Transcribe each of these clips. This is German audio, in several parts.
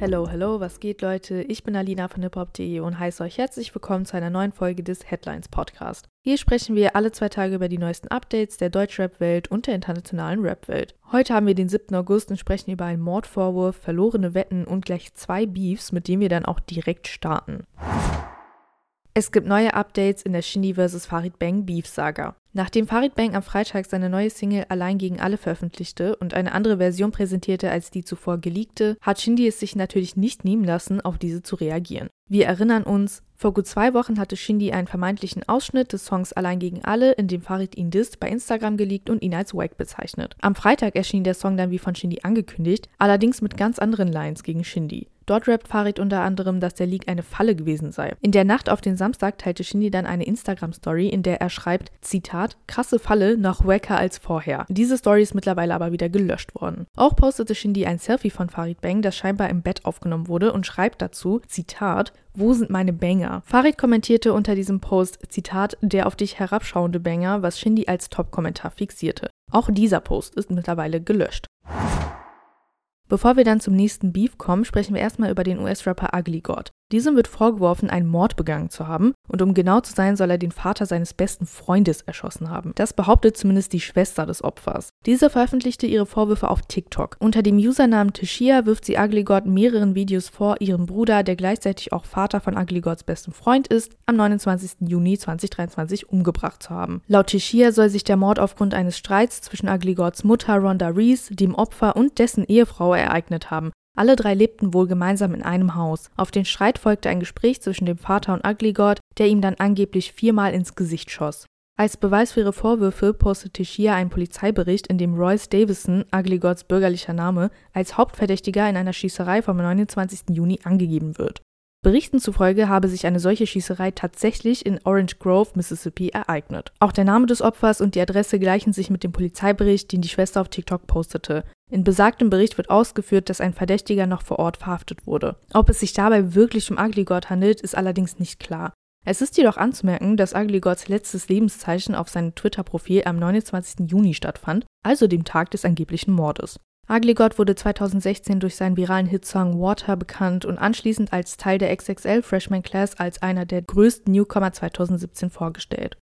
Hello, was geht, Leute? Ich bin Alina von hiphop.de und heiße euch herzlich willkommen zu einer neuen Folge des Headlines Podcast. Hier sprechen wir alle 2 Tage über die neuesten Updates der Deutschrap-Welt und der internationalen Rap-Welt. Heute haben wir den 7. August und sprechen über einen Mordvorwurf, verlorene Wetten und gleich 2 Beefs, mit denen wir dann auch direkt starten. Es gibt neue Updates in der Shindy vs. Farid Bang Beef-Saga. Nachdem Farid Bang am Freitag seine neue Single Allein gegen alle veröffentlichte und eine andere Version präsentierte als die zuvor geleakte, hat Shindy es sich natürlich nicht nehmen lassen, auf diese zu reagieren. Wir erinnern uns, vor gut 2 Wochen hatte Shindy einen vermeintlichen Ausschnitt des Songs Allein gegen alle, in dem Farid ihn disst, bei Instagram geleakt und ihn als wack bezeichnet. Am Freitag erschien der Song dann wie von Shindy angekündigt, allerdings mit ganz anderen Lines gegen Shindy. Dort rappt Farid unter anderem, dass der Leak eine Falle gewesen sei. In der Nacht auf den Samstag teilte Shindy dann eine Instagram-Story, in der er schreibt, Zitat, krasse Falle, noch wacker als vorher. Diese Story ist mittlerweile aber wieder gelöscht worden. Auch postete Shindy ein Selfie von Farid Bang, das scheinbar im Bett aufgenommen wurde und schreibt dazu, Zitat, wo sind meine Banger? Farid kommentierte unter diesem Post, Zitat, der auf dich herabschauende Banger, was Shindy als Top-Kommentar fixierte. Auch dieser Post ist mittlerweile gelöscht. Bevor wir dann zum nächsten Beef kommen, sprechen wir erstmal über den US-Rapper Ugly God. Diesem wird vorgeworfen, einen Mord begangen zu haben und um genau zu sein, soll er den Vater seines besten Freundes erschossen haben. Das behauptet zumindest die Schwester des Opfers. Diese veröffentlichte ihre Vorwürfe auf TikTok. Unter dem Usernamen Tashia wirft sie Ugly God mehreren Videos vor, ihrem Bruder, der gleichzeitig auch Vater von Ugly Gods bestem Freund ist, am 29. Juni 2023 umgebracht zu haben. Laut Tashia soll sich der Mord aufgrund eines Streits zwischen Ugly Gods Mutter Rhonda Reese, dem Opfer und dessen Ehefrau ereignet haben. Alle 3 lebten wohl gemeinsam in einem Haus. Auf den Streit folgte ein Gespräch zwischen dem Vater und Ugly God, der ihm dann angeblich 4-mal ins Gesicht schoss. Als Beweis für ihre Vorwürfe postete Tashia einen Polizeibericht, in dem Royce Davison, Ugly Gods bürgerlicher Name, als Hauptverdächtiger in einer Schießerei vom 29. Juni angegeben wird. Berichten zufolge habe sich eine solche Schießerei tatsächlich in Orange Grove, Mississippi, ereignet. Auch der Name des Opfers und die Adresse gleichen sich mit dem Polizeibericht, den die Schwester auf TikTok postete. In besagtem Bericht wird ausgeführt, dass ein Verdächtiger noch vor Ort verhaftet wurde. Ob es sich dabei wirklich um Ugly God handelt, ist allerdings nicht klar. Es ist jedoch anzumerken, dass Ugly Gods letztes Lebenszeichen auf seinem Twitter-Profil am 29. Juni stattfand, also dem Tag des angeblichen Mordes. Ugly God wurde 2016 durch seinen viralen Hitsong Water bekannt und anschließend als Teil der XXL Freshman Class als einer der größten Newcomer 2017 vorgestellt.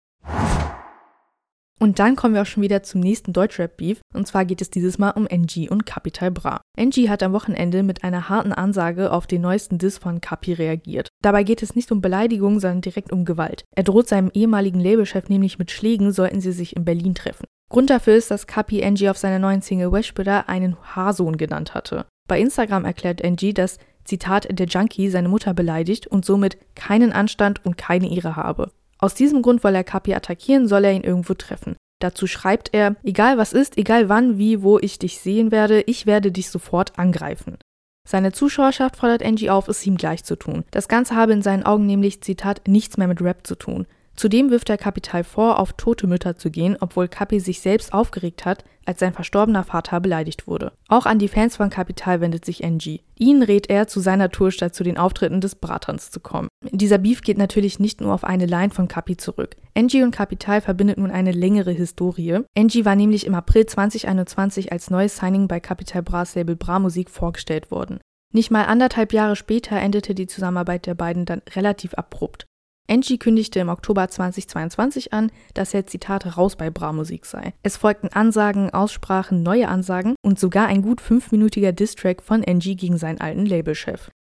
Und dann kommen wir auch schon wieder zum nächsten Deutschrap-Beef, und zwar geht es dieses Mal um NG und Capital Bra. NG hat am Wochenende mit einer harten Ansage auf den neuesten Diss von Capi reagiert. Dabei geht es nicht um Beleidigung, sondern direkt um Gewalt. Er droht seinem ehemaligen Labelchef nämlich mit Schlägen, sollten sie sich in Berlin treffen. Grund dafür ist, dass Capi NG auf seiner neuen Single Weshbitter einen Haarsohn genannt hatte. Bei Instagram erklärt NG, dass, Zitat, der Junkie seine Mutter beleidigt und somit keinen Anstand und keine Ehre habe. Aus diesem Grund wolle er Capi attackieren, soll er ihn irgendwo treffen. Dazu schreibt er, egal was ist, egal wann, wie, wo ich dich sehen werde, ich werde dich sofort angreifen. Seine Zuschauerschaft fordert NG auf, es ihm gleich zu tun. Das Ganze habe in seinen Augen nämlich, Zitat, nichts mehr mit Rap zu tun. Zudem wirft er Capital vor, auf tote Mütter zu gehen, obwohl Capi sich selbst aufgeregt hat, als sein verstorbener Vater beleidigt wurde. Auch an die Fans von Capital wendet sich NG. Ihnen rät er, zu seiner Tour statt zu den Auftritten des Bratans zu kommen. Dieser Beef geht natürlich nicht nur auf eine Line von Capi zurück. NG und Capital verbindet nun eine längere Historie. NG war nämlich im April 2021 als neues Signing bei Capital Bras Label Bra Musik vorgestellt worden. Nicht mal 1,5 Jahre später endete die Zusammenarbeit der beiden dann relativ abrupt. NG kündigte im Oktober 2022 an, dass er, Zitat, raus bei Bra Musik sei. Es folgten Ansagen, Aussprachen, neue Ansagen und sogar ein gut 5-minütiger Diss-Track von NG gegen seinen alten Labelchef.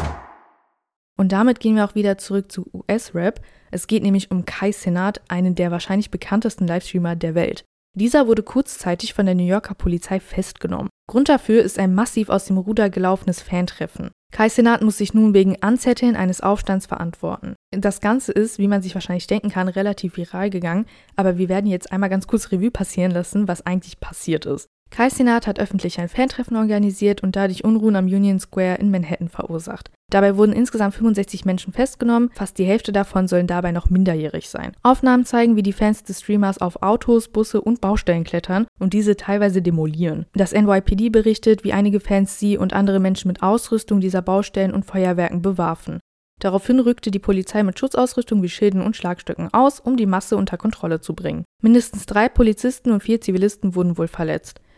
Und damit gehen wir auch wieder zurück zu US-Rap. Es geht nämlich um Kai Cenat, einen der wahrscheinlich bekanntesten Livestreamer der Welt. Dieser wurde kurzzeitig von der New Yorker Polizei festgenommen. Grund dafür ist ein massiv aus dem Ruder gelaufenes Fantreffen. Kai Cenat muss sich nun wegen Anzetteln eines Aufstands verantworten. Das Ganze ist, wie man sich wahrscheinlich denken kann, relativ viral gegangen, aber wir werden jetzt einmal ganz kurz Revue passieren lassen, was eigentlich passiert ist. Kai Cenat hat öffentlich ein Fantreffen organisiert und dadurch Unruhen am Union Square in Manhattan verursacht. Dabei wurden insgesamt 65 Menschen festgenommen, fast die Hälfte davon sollen dabei noch minderjährig sein. Aufnahmen zeigen, wie die Fans des Streamers auf Autos, Busse und Baustellen klettern und diese teilweise demolieren. Das NYPD berichtet, wie einige Fans sie und andere Menschen mit Ausrüstung dieser Baustellen und Feuerwerken bewarfen. Daraufhin rückte die Polizei mit Schutzausrüstung wie Schilden und Schlagstöcken aus, um die Masse unter Kontrolle zu bringen. Mindestens 3 Polizisten und 4 Zivilisten wurden wohl verletzt.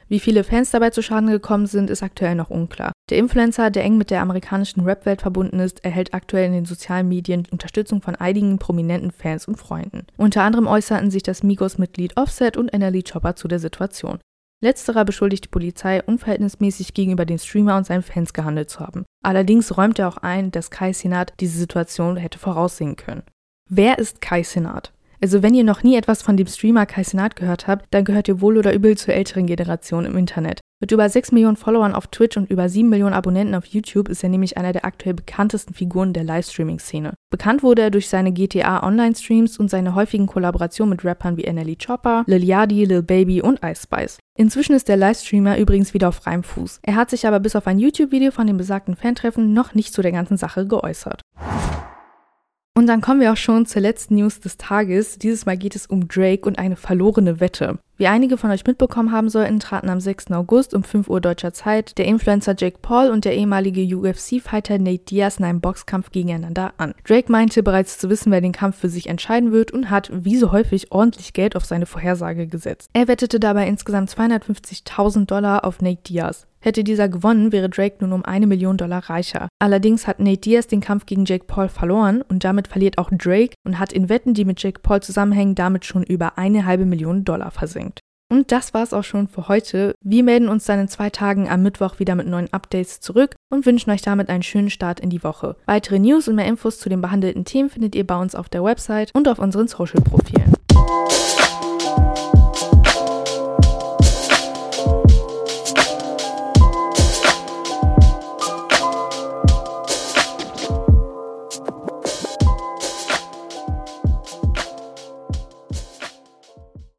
Wie viele Fans dabei zu Schaden gekommen sind, ist aktuell noch unklar. Der Influencer, der eng mit der amerikanischen Rap-Welt verbunden ist, erhält aktuell in den sozialen Medien Unterstützung von einigen prominenten Fans und Freunden. Unter anderem äußerten sich das Migos-Mitglied Offset und NLE Choppa zu der Situation. Letzterer beschuldigt die Polizei, unverhältnismäßig gegenüber dem Streamer und seinen Fans gehandelt zu haben. Allerdings räumt er auch ein, dass Kai Cenat diese Situation hätte voraussehen können. Wer ist Kai Cenat? Also wenn ihr noch nie etwas von dem Streamer Kai Cenat gehört habt, dann gehört ihr wohl oder übel zur älteren Generation im Internet. Mit über 6 Millionen Followern auf Twitch und über 7 Millionen Abonnenten auf YouTube ist er nämlich einer der aktuell bekanntesten Figuren der Livestreaming-Szene. Bekannt wurde er durch seine GTA-Online-Streams und seine häufigen Kollaborationen mit Rappern wie NLE Choppa, Lil Yachty, Lil Baby und Ice Spice. Inzwischen ist der Livestreamer übrigens wieder auf freiem Fuß. Er hat sich aber bis auf ein YouTube-Video von dem besagten Fantreffen noch nicht zu der ganzen Sache geäußert. Und dann kommen wir auch schon zur letzten News des Tages. Dieses Mal geht es um Drake und eine verlorene Wette. Wie einige von euch mitbekommen haben sollten, traten am 6. August um 5 Uhr deutscher Zeit der Influencer Jake Paul und der ehemalige UFC-Fighter Nate Diaz in einem Boxkampf gegeneinander an. Drake meinte bereits zu wissen, wer den Kampf für sich entscheiden wird und hat, wie so häufig, ordentlich Geld auf seine Vorhersage gesetzt. Er wettete dabei insgesamt $250.000 auf Nate Diaz. Hätte dieser gewonnen, wäre Drake nun um $1 Million reicher. Allerdings hat Nate Diaz den Kampf gegen Jake Paul verloren und damit verliert auch Drake und hat in Wetten, die mit Jake Paul zusammenhängen, damit schon über $1,5 Million versenkt. Und das war's auch schon für heute. Wir melden uns dann in 2 Tagen am Mittwoch wieder mit neuen Updates zurück und wünschen euch damit einen schönen Start in die Woche. Weitere News und mehr Infos zu den behandelten Themen findet ihr bei uns auf der Website und auf unseren Social-Profilen.